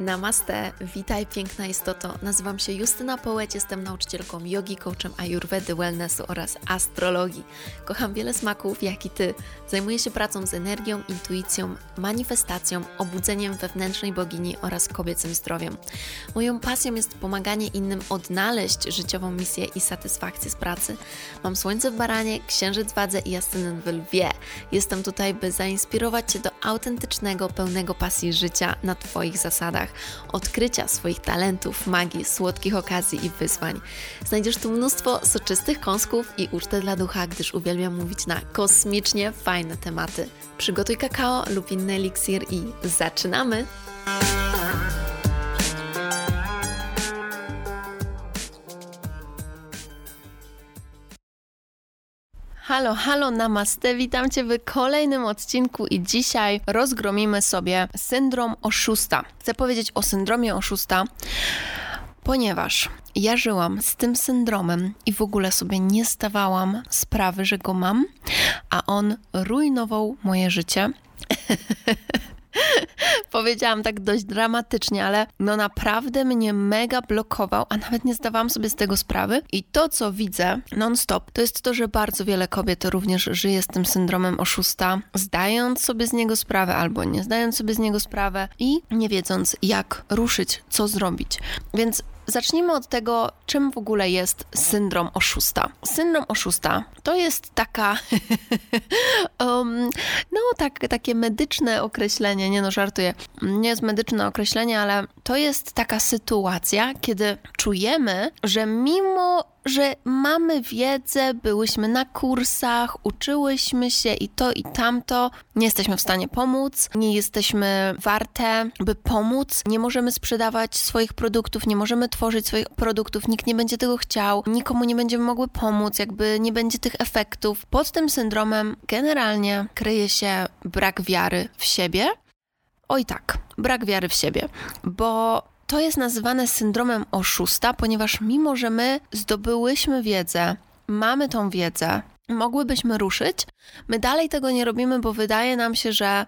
Namaste, witaj piękna istoto. Nazywam się Justyna Połeć, jestem nauczycielką jogi, coachem ayurvedy, wellnessu oraz astrologii. Kocham wiele smaków, jak i Ty. Zajmuję się pracą z energią, intuicją, manifestacją, obudzeniem wewnętrznej bogini oraz kobiecym zdrowiem. Moją pasją jest pomaganie innym odnaleźć życiową misję i satysfakcję z pracy. Mam słońce w baranie, księżyc w wadze i ascendent w lwie. Jestem tutaj, by zainspirować Cię do autentycznego, pełnego pasji życia na Twoich zasadach, odkrycia swoich talentów, magii, słodkich okazji i wyzwań. Znajdziesz tu mnóstwo soczystych kąsków i ucztę dla ducha, gdyż uwielbiam mówić na kosmicznie fajne tematy. Przygotuj kakao lub inny eliksir i zaczynamy! Halo, namaste, witam Cię w kolejnym odcinku i dzisiaj rozgromimy sobie syndrom oszusta. Chcę powiedzieć o syndromie oszusta, ponieważ ja żyłam z tym syndromem i w ogóle sobie nie zdawałam sprawy, że go mam, a on rujnował moje życie. Powiedziałam tak dość dramatycznie, ale naprawdę mnie mega blokował, a nawet nie zdawałam sobie z tego sprawy. I to, co widzę non-stop, to jest to, że bardzo wiele kobiet również żyje z tym syndromem oszusta, zdając sobie z niego sprawę albo nie zdając sobie z niego sprawę i nie wiedząc, jak ruszyć, co zrobić. Więc zacznijmy od tego, czym w ogóle jest syndrom oszusta. Syndrom oszusta to jest taka, takie medyczne określenie, żartuję, nie jest medyczne określenie, ale to jest taka sytuacja, kiedy czujemy, że mimo, że mamy wiedzę, byłyśmy na kursach, uczyłyśmy się i to i tamto, nie jesteśmy w stanie pomóc, nie jesteśmy warte, by pomóc, nie możemy sprzedawać swoich produktów, nie możemy tworzyć swoich produktów, nikt nie będzie tego chciał, nikomu nie będziemy mogły pomóc, jakby nie będzie tych efektów. Pod tym syndromem generalnie kryje się brak wiary w siebie. Oj tak, brak wiary w siebie, bo to jest nazywane syndromem oszusta, ponieważ mimo, że my zdobyłyśmy wiedzę, mamy tą wiedzę, mogłybyśmy ruszyć, my dalej tego nie robimy, bo wydaje nam się, że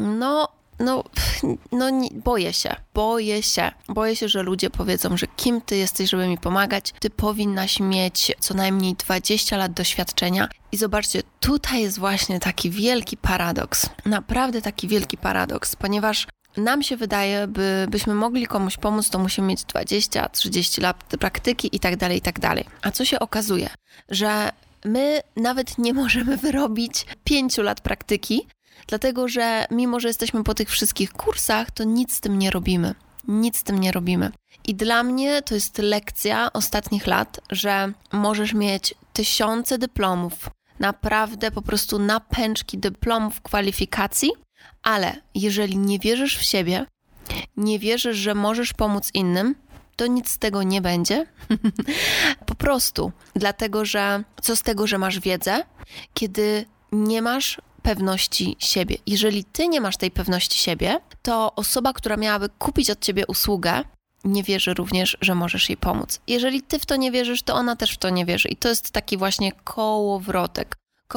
boję się, że ludzie powiedzą, że kim ty jesteś, żeby mi pomagać, ty powinnaś mieć co najmniej 20 lat doświadczenia. I zobaczcie, tutaj jest właśnie taki wielki paradoks, naprawdę taki wielki paradoks, ponieważ nam się wydaje, byśmy mogli komuś pomóc, to musimy mieć 20-30 lat praktyki i tak dalej. A co się okazuje? Że my nawet nie możemy wyrobić 5 lat praktyki, dlatego że mimo, że jesteśmy po tych wszystkich kursach, to nic z tym nie robimy. I dla mnie to jest lekcja ostatnich lat, że możesz mieć tysiące dyplomów, naprawdę po prostu napęczki dyplomów, kwalifikacji, ale jeżeli nie wierzysz w siebie, nie wierzysz, że możesz pomóc innym, to nic z tego nie będzie. Po prostu, dlatego że co z tego, że masz wiedzę, kiedy nie masz pewności siebie. Jeżeli ty nie masz tej pewności siebie, to osoba, która miałaby kupić od ciebie usługę, nie wierzy również, że możesz jej pomóc. Jeżeli ty w to nie wierzysz, to ona też w to nie wierzy. I to jest taki właśnie kołowrotek.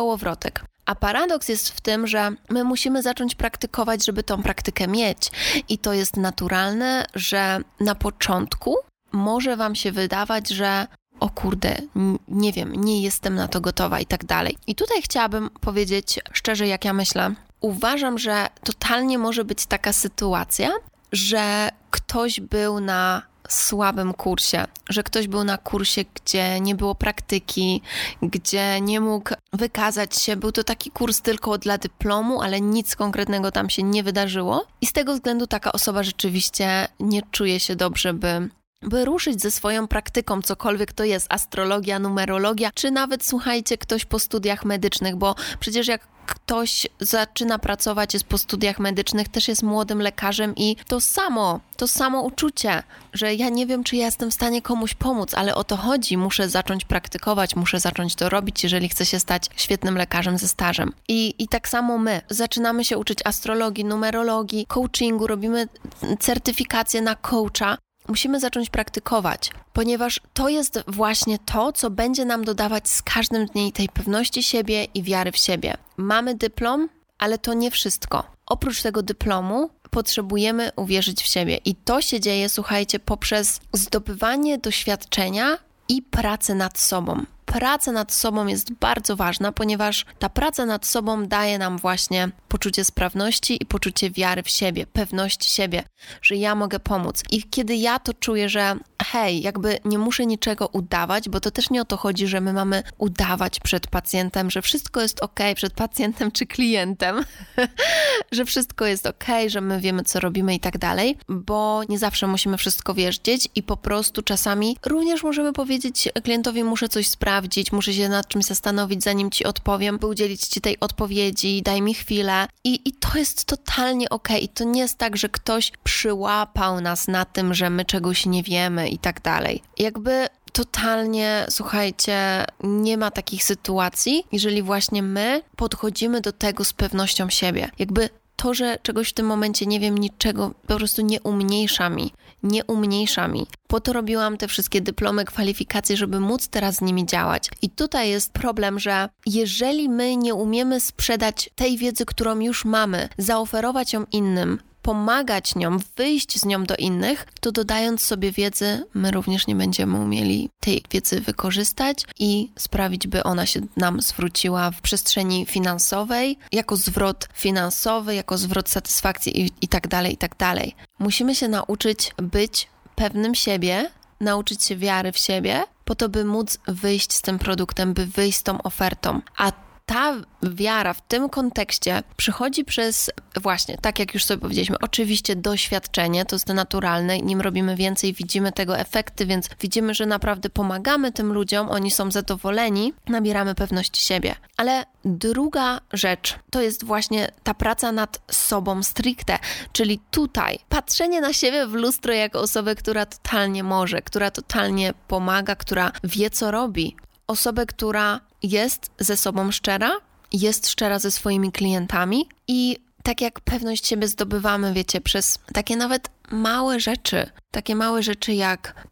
A paradoks jest w tym, że my musimy zacząć praktykować, żeby tą praktykę mieć. I to jest naturalne, że na początku może wam się wydawać, że o kurde, nie wiem, nie jestem na to gotowa i tak dalej. I tutaj chciałabym powiedzieć szczerze, jak ja myślę. Uważam, że totalnie może być taka sytuacja, że ktoś był na słabym kursie, że ktoś był na kursie, gdzie nie było praktyki, gdzie nie mógł wykazać się. Był to taki kurs tylko dla dyplomu, ale nic konkretnego tam się nie wydarzyło. I z tego względu taka osoba rzeczywiście nie czuje się dobrze, by ruszyć ze swoją praktyką, cokolwiek to jest, astrologia, numerologia, czy nawet, słuchajcie, ktoś po studiach medycznych, bo przecież jak ktoś zaczyna pracować, jest po studiach medycznych, też jest młodym lekarzem i to samo uczucie, że ja nie wiem, czy ja jestem w stanie komuś pomóc, ale o to chodzi, muszę zacząć praktykować, muszę zacząć to robić, jeżeli chcę się stać świetnym lekarzem ze stażem. I tak samo my zaczynamy się uczyć astrologii, numerologii, coachingu, robimy certyfikację na coacha. Musimy zacząć praktykować, ponieważ to jest właśnie to, co będzie nam dodawać z każdym dniem tej pewności siebie i wiary w siebie. Mamy dyplom, ale to nie wszystko. Oprócz tego dyplomu potrzebujemy uwierzyć w siebie. I to się dzieje, słuchajcie, poprzez zdobywanie doświadczenia i pracę nad sobą. Praca nad sobą jest bardzo ważna, ponieważ ta praca nad sobą daje nam właśnie poczucie sprawności i poczucie wiary w siebie, pewności siebie, że ja mogę pomóc. I kiedy ja to czuję, że hej, jakby nie muszę niczego udawać, bo to też nie o to chodzi, że my mamy udawać przed pacjentem, że wszystko jest okej, przed pacjentem czy klientem, że wszystko jest okej, że my wiemy, co robimy i tak dalej, bo nie zawsze musimy wszystko wiedzieć i po prostu czasami również możemy powiedzieć klientowi, muszę coś sprawdzić, muszę się nad czymś zastanowić, zanim ci odpowiem, by udzielić ci tej odpowiedzi, daj mi chwilę i to jest totalnie okej. I to nie jest tak, że ktoś przyłapał nas na tym, że my czegoś nie wiemy i tak dalej. Jakby totalnie, słuchajcie, nie ma takich sytuacji, jeżeli właśnie my podchodzimy do tego z pewnością siebie. Jakby to, że czegoś w tym momencie nie wiem, niczego po prostu nie umniejsza mi. Po to robiłam te wszystkie dyplomy, kwalifikacje, żeby móc teraz z nimi działać. I tutaj jest problem, że jeżeli my nie umiemy sprzedać tej wiedzy, którą już mamy, zaoferować ją innym, pomagać nią, wyjść z nią do innych, to dodając sobie wiedzy, my również nie będziemy umieli tej wiedzy wykorzystać i sprawić, by ona się nam zwróciła w przestrzeni finansowej, jako zwrot finansowy, jako zwrot satysfakcji i tak dalej, i tak dalej. Musimy się nauczyć być pewnym siebie, nauczyć się wiary w siebie, po to, by móc wyjść z tym produktem, by wyjść z tą ofertą. A ta wiara w tym kontekście przychodzi przez właśnie, tak jak już sobie powiedzieliśmy, oczywiście doświadczenie, to jest naturalne, nim robimy więcej, widzimy tego efekty, więc widzimy, że naprawdę pomagamy tym ludziom, oni są zadowoleni, nabieramy pewności siebie. Ale druga rzecz to jest właśnie ta praca nad sobą stricte, czyli tutaj patrzenie na siebie w lustro jako osobę, która totalnie może, która totalnie pomaga, która wie, co robi. Osobę, która jest ze sobą szczera, jest szczera ze swoimi klientami i tak jak pewność siebie zdobywamy, wiecie, przez takie nawet małe rzeczy jak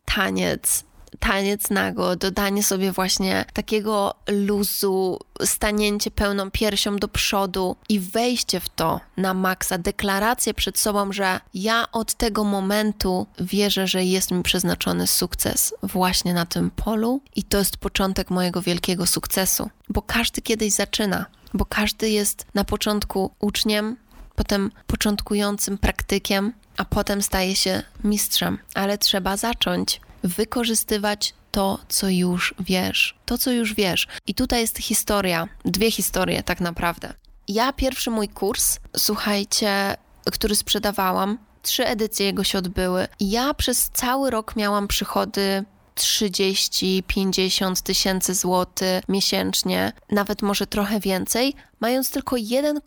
taniec nago, dodanie sobie właśnie takiego luzu, stanięcie pełną piersią do przodu i wejście w to na maksa, deklarację przed sobą, że ja od tego momentu wierzę, że jest mi przeznaczony sukces właśnie na tym polu i to jest początek mojego wielkiego sukcesu, bo każdy kiedyś zaczyna, bo każdy jest na początku uczniem, potem początkującym praktykiem, a potem staje się mistrzem, ale trzeba zacząć wykorzystywać to, co już wiesz. I tutaj jest historia, 2 historie tak naprawdę. Ja pierwszy mój kurs, słuchajcie, który sprzedawałam, 3 edycje jego się odbyły. Ja przez cały rok miałam przychody 30-50 tysięcy złotych miesięcznie, nawet może trochę więcej, mając tylko jeden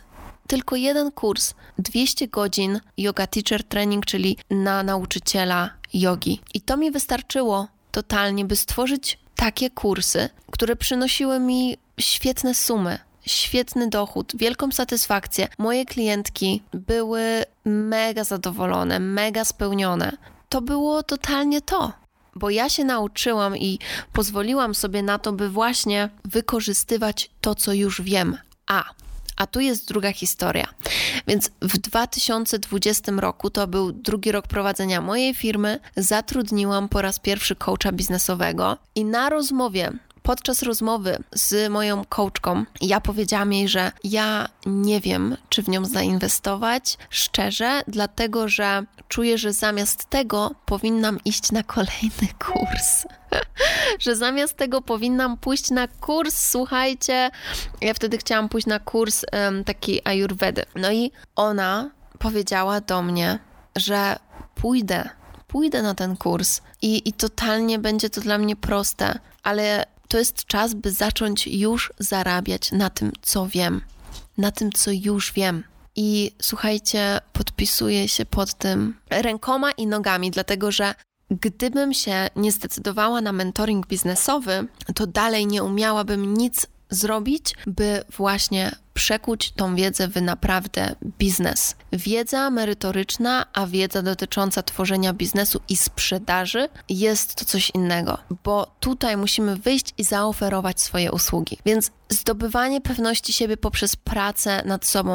kurs, 200 godzin yoga teacher training, czyli na nauczyciela jogi. I to mi wystarczyło totalnie, by stworzyć takie kursy, które przynosiły mi świetne sumy, świetny dochód, wielką satysfakcję. Moje klientki były mega zadowolone, mega spełnione. To było totalnie to. Bo ja się nauczyłam i pozwoliłam sobie na to, by właśnie wykorzystywać to, co już wiem. A tu jest druga historia. Więc w 2020 roku, to był drugi rok prowadzenia mojej firmy, zatrudniłam po raz pierwszy coacha biznesowego i podczas rozmowy z moją coachką, ja powiedziałam jej, że ja nie wiem, czy w nią zainwestować, szczerze, dlatego, że czuję, że zamiast tego powinnam iść na kolejny kurs. Że zamiast tego powinnam pójść na kurs, słuchajcie, ja wtedy chciałam pójść na kurs taki Ayurvedy. No i ona powiedziała do mnie, że pójdę na ten kurs i totalnie będzie to dla mnie proste, ale to jest czas, by zacząć już zarabiać na tym, co wiem, na tym, co już wiem. I słuchajcie, podpisuję się pod tym rękoma i nogami, dlatego że gdybym się nie zdecydowała na mentoring biznesowy, to dalej nie umiałabym nic zrobić, by właśnie przekuć tą wiedzę w naprawdę biznes. Wiedza merytoryczna, a wiedza dotycząca tworzenia biznesu i sprzedaży jest to coś innego, bo tutaj musimy wyjść i zaoferować swoje usługi. Więc zdobywanie pewności siebie poprzez pracę nad sobą.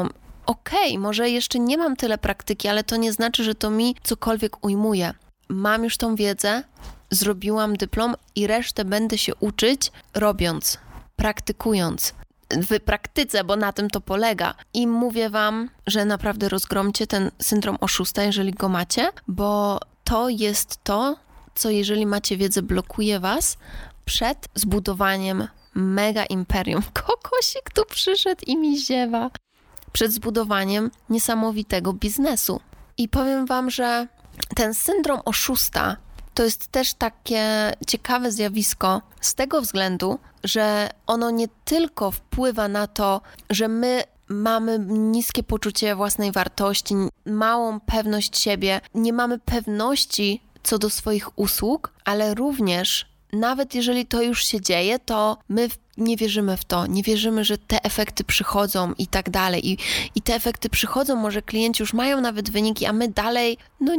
okej, może jeszcze nie mam tyle praktyki, ale to nie znaczy, że to mi cokolwiek ujmuje. Mam już tą wiedzę, zrobiłam dyplom i resztę będę się uczyć robiąc, praktykując. W praktyce, bo na tym to polega. I mówię wam, że naprawdę rozgromcie ten syndrom oszusta, jeżeli go macie, bo to jest to, co jeżeli macie wiedzę, blokuje was przed zbudowaniem mega imperium. Kokosik tu przyszedł i mi ziewa. Przed zbudowaniem niesamowitego biznesu. I powiem wam, że ten syndrom oszusta to jest też takie ciekawe zjawisko z tego względu, że ono nie tylko wpływa na to, że my mamy niskie poczucie własnej wartości, małą pewność siebie, nie mamy pewności co do swoich usług, ale również nawet jeżeli to już się dzieje, to my nie wierzymy w to, nie wierzymy, że te efekty przychodzą i tak dalej. I te efekty przychodzą, może klienci już mają nawet wyniki, a my dalej,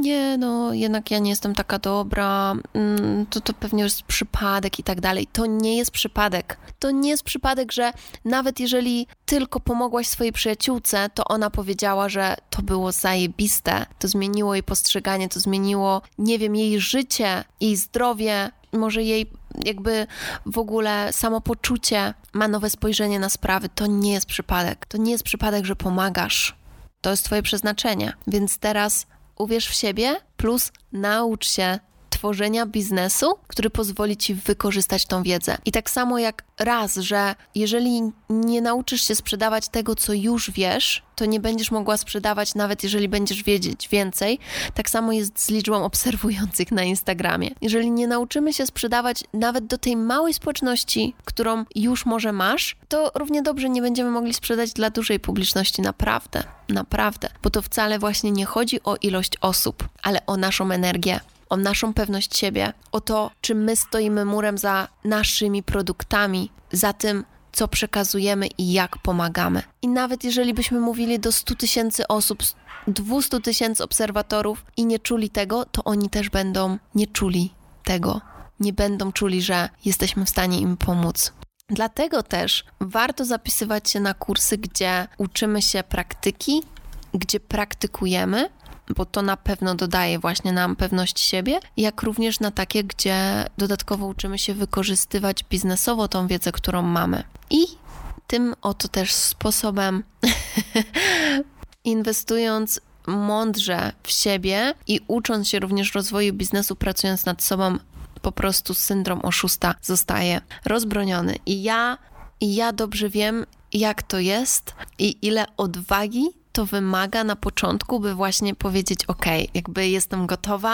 jednak ja nie jestem taka dobra, to pewnie jest przypadek i tak dalej. To nie jest przypadek. To nie jest przypadek, że nawet jeżeli tylko pomogłaś swojej przyjaciółce, to ona powiedziała, że to było zajebiste, to zmieniło jej postrzeganie, to zmieniło, jej życie, jej zdrowie, może jej jakby w ogóle samopoczucie, ma nowe spojrzenie na sprawy. To nie jest przypadek. To nie jest przypadek, że pomagasz. To jest twoje przeznaczenie. Więc teraz uwierz w siebie plus naucz się tworzenia biznesu, który pozwoli ci wykorzystać tą wiedzę. I tak samo jak że jeżeli nie nauczysz się sprzedawać tego, co już wiesz, to nie będziesz mogła sprzedawać, nawet jeżeli będziesz wiedzieć więcej. Tak samo jest z liczbą obserwujących na Instagramie. Jeżeli nie nauczymy się sprzedawać nawet do tej małej społeczności, którą już może masz, to równie dobrze nie będziemy mogli sprzedać dla dużej publiczności. Naprawdę. Bo to wcale właśnie nie chodzi o ilość osób, ale o naszą energię, o naszą pewność siebie, o to, czy my stoimy murem za naszymi produktami, za tym, co przekazujemy i jak pomagamy. I nawet jeżeli byśmy mówili do 100 000 osób, 200 000 obserwatorów i nie czuli tego, to oni też będą nie czuli tego. Nie będą czuli, że jesteśmy w stanie im pomóc. Dlatego też warto zapisywać się na kursy, gdzie uczymy się praktyki, gdzie praktykujemy, bo to na pewno dodaje właśnie nam pewność siebie, jak również na takie, gdzie dodatkowo uczymy się wykorzystywać biznesowo tą wiedzę, którą mamy. I tym oto też sposobem inwestując mądrze w siebie i ucząc się również rozwoju biznesu, pracując nad sobą, po prostu syndrom oszusta zostaje rozbroniony. I ja dobrze wiem, jak to jest i ile odwagi to wymaga na początku, by właśnie powiedzieć jakby jestem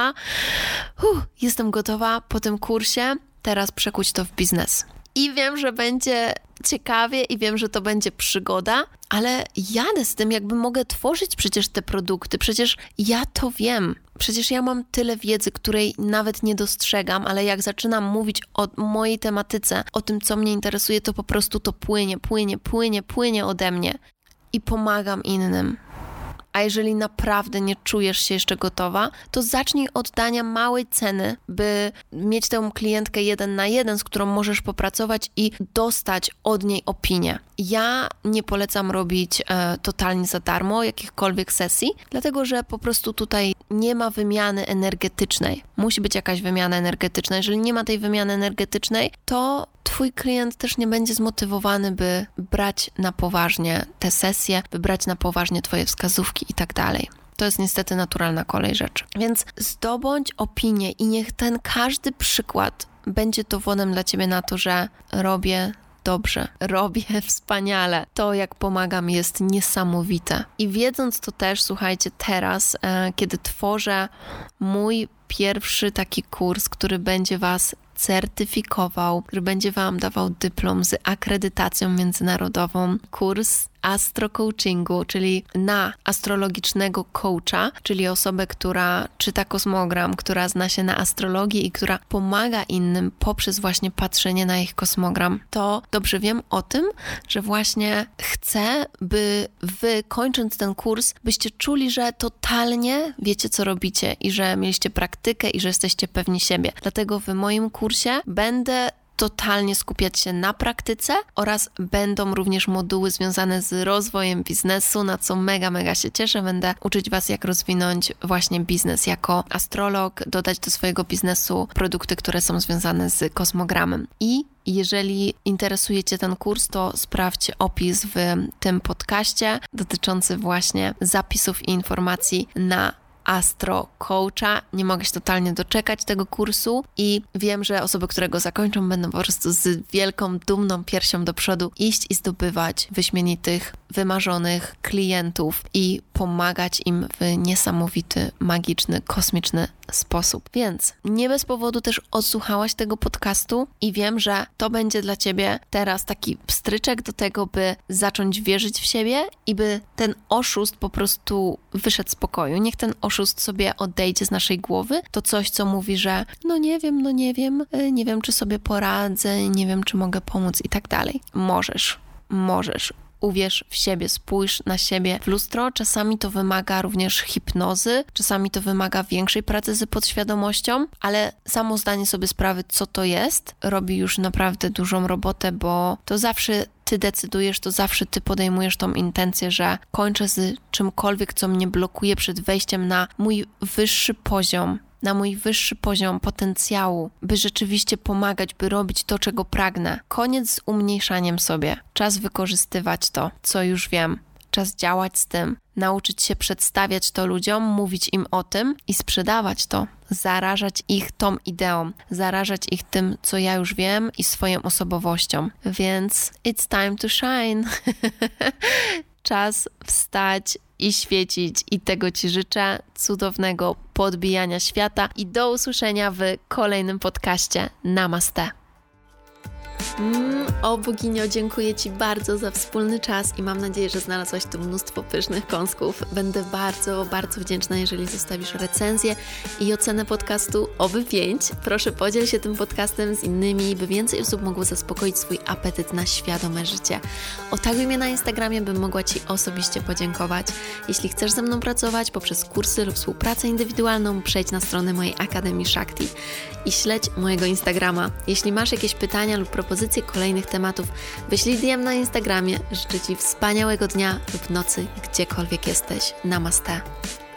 gotowa po tym kursie, teraz przekuć to w biznes. I wiem, że będzie ciekawie i wiem, że to będzie przygoda, ale jadę z tym, jakby mogę tworzyć przecież te produkty, przecież ja to wiem. Przecież ja mam tyle wiedzy, której nawet nie dostrzegam, ale jak zaczynam mówić o mojej tematyce, o tym, co mnie interesuje, to po prostu to płynie ode mnie i pomagam innym. A jeżeli naprawdę nie czujesz się jeszcze gotowa, to zacznij od dania małej ceny, by mieć tę klientkę 1 na 1, z którą możesz popracować i dostać od niej opinię. Ja nie polecam robić totalnie za darmo jakichkolwiek sesji, dlatego że po prostu tutaj nie ma wymiany energetycznej. Musi być jakaś wymiana energetyczna. Jeżeli nie ma tej wymiany energetycznej, to twój klient też nie będzie zmotywowany, by brać na poważnie te sesje, by brać na poważnie twoje wskazówki i tak dalej. To jest niestety naturalna kolej rzeczy. Więc zdobądź opinię i niech ten każdy przykład będzie dowodem dla ciebie na to, że robię dobrze, robię wspaniale. To, jak pomagam, jest niesamowite. I wiedząc to też, słuchajcie, teraz, kiedy tworzę mój pierwszy taki kurs, który będzie was certyfikował, który będzie wam dawał dyplom z akredytacją międzynarodową, kurs astrocoachingu, czyli na astrologicznego coacha, czyli osobę, która czyta kosmogram, która zna się na astrologii i która pomaga innym poprzez właśnie patrzenie na ich kosmogram, to dobrze wiem o tym, że właśnie chcę, by wy, kończąc ten kurs, byście czuli, że totalnie wiecie, co robicie i że mieliście praktykę i że jesteście pewni siebie. Dlatego w moim kursie będę totalnie skupiać się na praktyce oraz będą również moduły związane z rozwojem biznesu, na co mega się cieszę. Będę uczyć Was, jak rozwinąć właśnie biznes jako astrolog, dodać do swojego biznesu produkty, które są związane z kosmogramem. I jeżeli interesuje Cię ten kurs, to sprawdź opis w tym podcaście dotyczący właśnie zapisów i informacji na Astro Coacha. Nie mogę się totalnie doczekać tego kursu i wiem, że osoby, które go zakończą, będą po prostu z wielką, dumną piersią do przodu iść i zdobywać wyśmienitych, wymarzonych klientów i pomagać im w niesamowity, magiczny, kosmiczny sposób. Więc nie bez powodu też odsłuchałaś tego podcastu i wiem, że to będzie dla Ciebie teraz taki pstryczek do tego, by zacząć wierzyć w siebie i by ten oszust po prostu wyszedł z pokoju. Niech ten oszust sobie odejdzie z naszej głowy. To coś, co mówi, że nie wiem, czy sobie poradzę, nie wiem, czy mogę pomóc i tak dalej. Możesz. Uwierz w siebie, spójrz na siebie w lustro. Czasami to wymaga również hipnozy, czasami to wymaga większej pracy z podświadomością, ale samo zdanie sobie sprawy, co to jest, robi już naprawdę dużą robotę, bo to zawsze Ty decydujesz, to zawsze Ty podejmujesz tą intencję, że kończę z czymkolwiek, co mnie blokuje przed wejściem na mój wyższy poziom potencjału, by rzeczywiście pomagać, by robić to, czego pragnę. Koniec z umniejszaniem sobie. Czas wykorzystywać to, co już wiem. Czas działać z tym, nauczyć się przedstawiać to ludziom, mówić im o tym i sprzedawać to. Zarażać ich tą ideą, zarażać ich tym, co ja już wiem i swoją osobowością. Więc it's time to shine. Czas wstać i świecić i tego Ci życzę, cudownego podbijania świata i do usłyszenia w kolejnym podcaście. Namaste. O boginio, dziękuję Ci bardzo za wspólny czas i mam nadzieję, że znalazłaś tu mnóstwo pysznych kąsków. Będę bardzo wdzięczna, jeżeli zostawisz recenzję i ocenę podcastu, oby 5. Proszę, podziel się tym podcastem z innymi, by więcej osób mogło zaspokoić swój apetyt na świadome życie. Otaguj mnie na Instagramie, bym mogła Ci osobiście podziękować. Jeśli chcesz ze mną pracować poprzez kursy lub współpracę indywidualną, przejdź na stronę mojej Akademii Shakti i śledź mojego Instagrama. Jeśli masz jakieś pytania lub propozycje kolejnych tematów, wyślij DM na Instagramie. Życzę Ci wspaniałego dnia lub nocy, gdziekolwiek jesteś. Namaste.